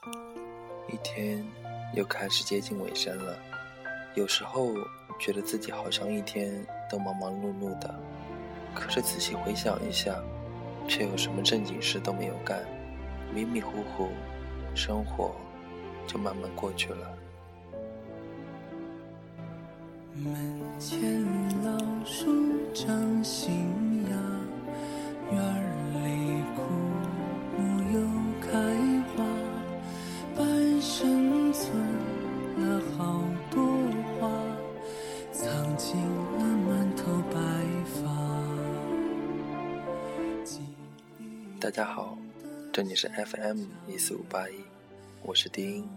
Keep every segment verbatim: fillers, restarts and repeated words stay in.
一天又开始接近尾声了，有时候觉得自己好像一天都忙忙碌碌的，可是仔细回想一下，却有什么正经事都没有干，迷迷糊糊，生活就慢慢过去了。 门前老树长新芽，院里枯木又开花，半生存了好多话，藏进了满头白发。 大家好，这里是 F M 一四五八一，我是丁英。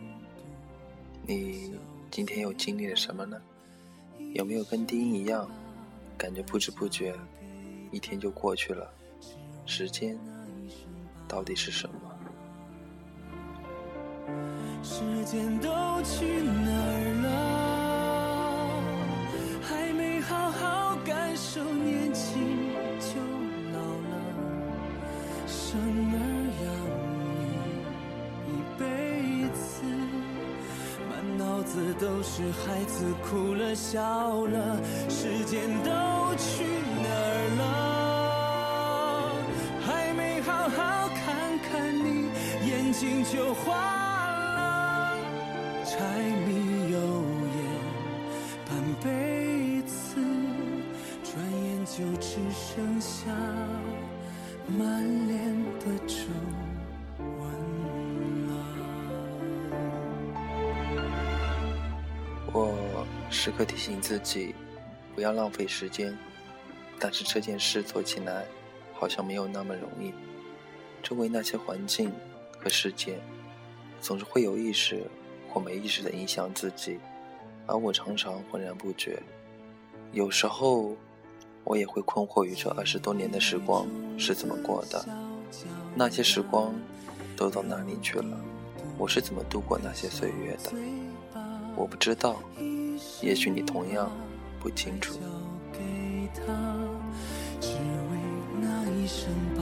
你今天又经历了什么呢？有没有跟丁英一样，感觉不知不觉一天就过去了？时间到底是什么？ 时间都去哪儿了？还没好好感受年轻就老了，生儿养女一辈子，满脑子都是孩子哭了笑了，时间都去哪儿了？还没好好看看你，眼睛就花了，柴米油盐半辈子，转眼就只剩下满脸的皱纹了。 我时刻提醒自己不要浪费时间，但是这件事做起来好像没有那么容易。周围那些环境和事件总是会有意识或没意识地影响自己，而我常常浑然不觉。有时候我也会困惑于这二十多年的时光是怎么过的，那些时光都到哪里去了？我是怎么度过那些岁月的？我不知道，也许你同样不清楚。 只为那一声爸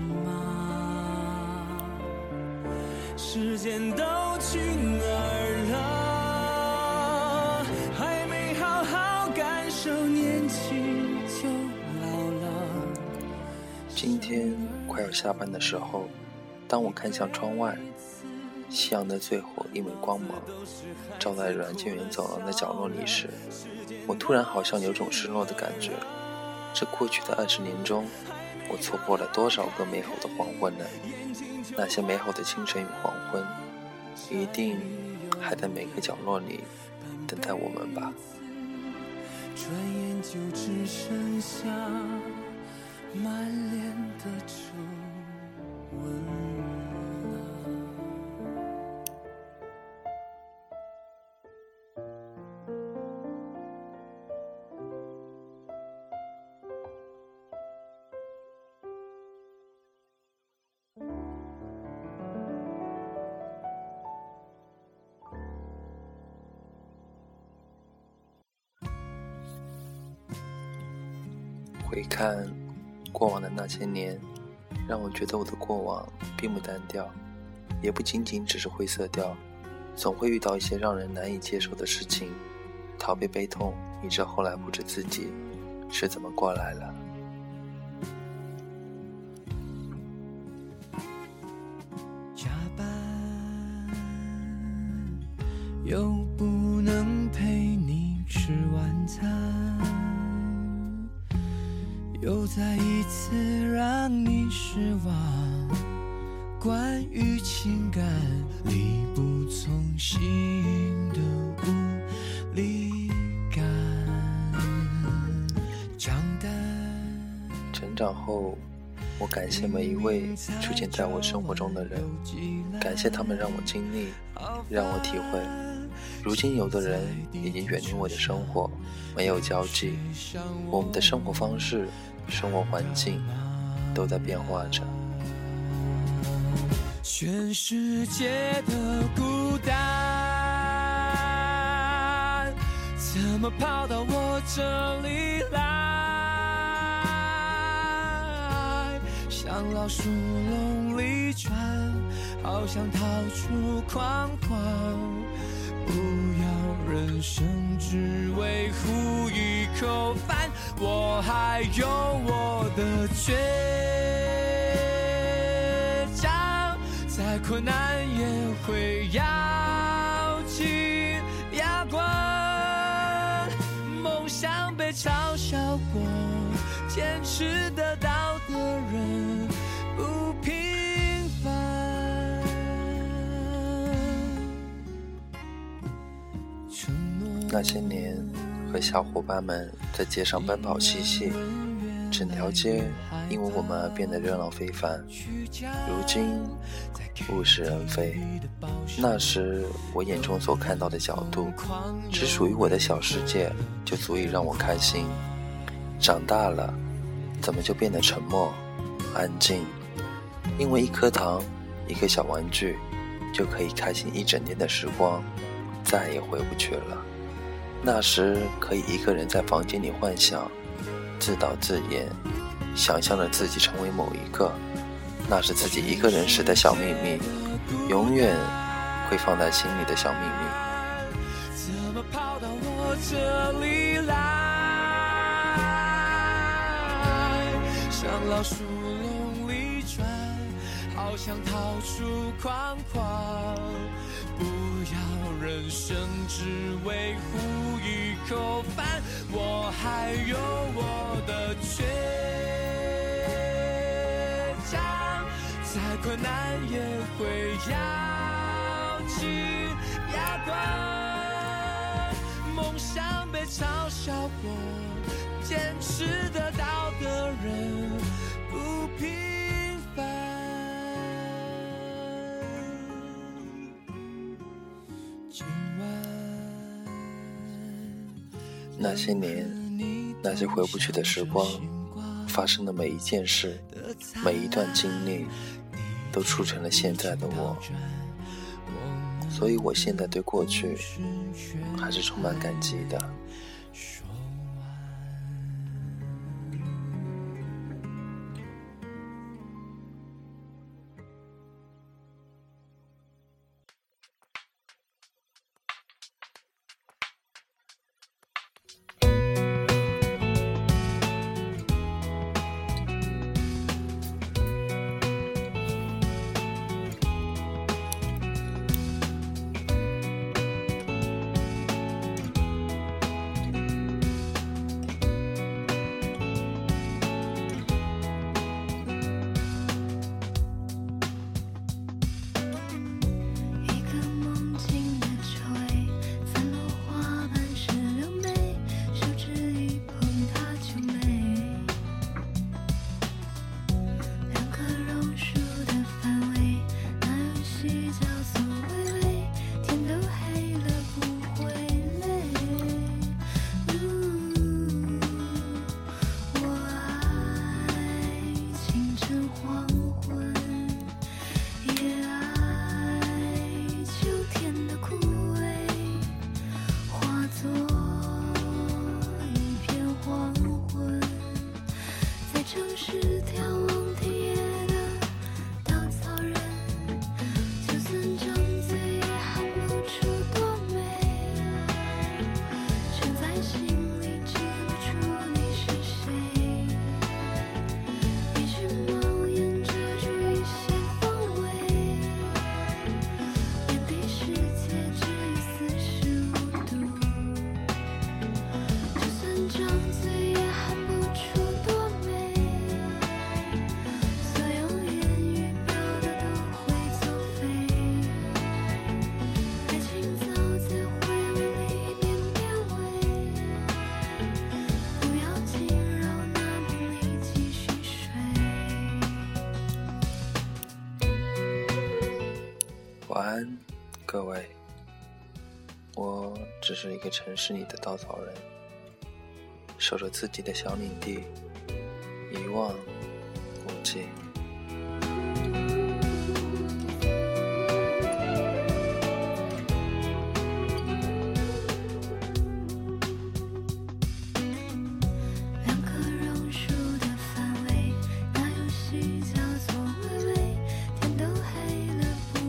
妈，时间都去哪儿了？还没好好感受年轻就老了。 今天快要下班的时候，当我看向窗外，夕阳的最后一枚光芒照在软件园走廊的角落里时，我突然好像有种失落的感觉。这过去的二十年中，我错过了多少个美好的黄昏呢？那些美好的清晨与黄昏，一定还在每个角落里等待我们吧。 转眼就只剩下满脸的皱纹了。 回看过往的那些年，让我觉得我的过往并不单调，也不仅仅只是灰色调，总会遇到一些让人难以接受的事情，逃避悲痛，以致后来不知自己是怎么过来了。 加班又不能陪你吃晚餐，又再一次让你失望，关于情感力不从心的无力感。长大成长后，我感谢每一位出现在我生活中的人，感谢他们让我经历，让我体会。如今有的人已经远离我的生活，没有交集，我们的生活方式、生活环境都在变化着。 全世界的孤单，怎么跑到我这里来？像老鼠笼里转， 好想逃出框框，不要人生只为糊一口饭，我还有我的倔强，再困难也会咬紧牙关，梦想被嘲笑过，坚持得到的人不平凡。 那些年和小伙伴们在街上奔跑嬉戏，整条街因为我们而变得热闹非凡。如今物是人非，那时我眼中所看到的角度，只属于我的小世界，就足以让我开心。长大了，怎么就变得沉默安静？因为一颗糖一个小玩具就可以开心一整天的时光再也回不去了。那时可以一个人在房间里幻想，自导自演，想象着自己成为某一个，那是自己一个人时的小秘密，永远会放在心里的小秘密。 怎么跑到我这里来，像老鼠笼里转，好想逃出框框，不要人生只为糊一口饭，我还有我的倔强，再困难也会咬紧牙关，梦想被嘲笑过，坚持得到的人不平凡。 那些年，那些回不去的时光，发生的每一件事，每一段经历，都促成了现在的我。所以我现在对过去还是充满感激的。晚安，各位。我只是一个城市里的稻草人，守着自己的小领地，一望无际。 那游戏叫做微微，天都黑了不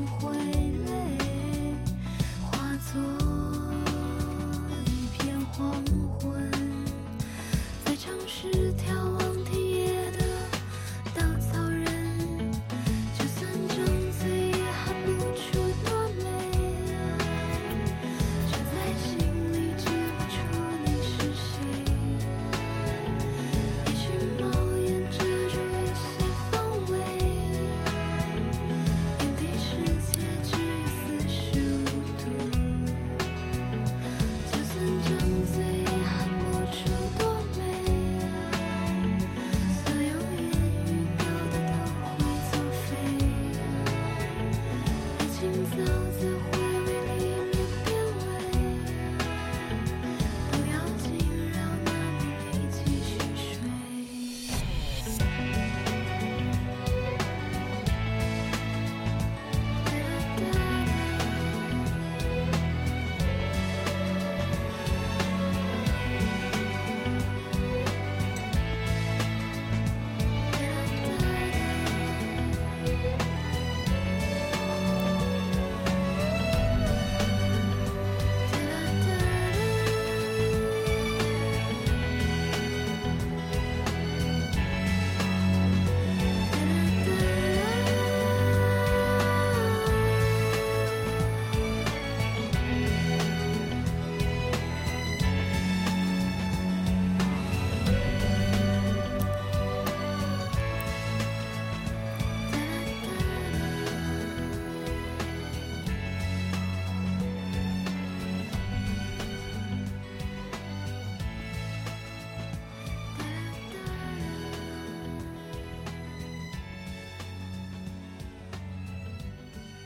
走在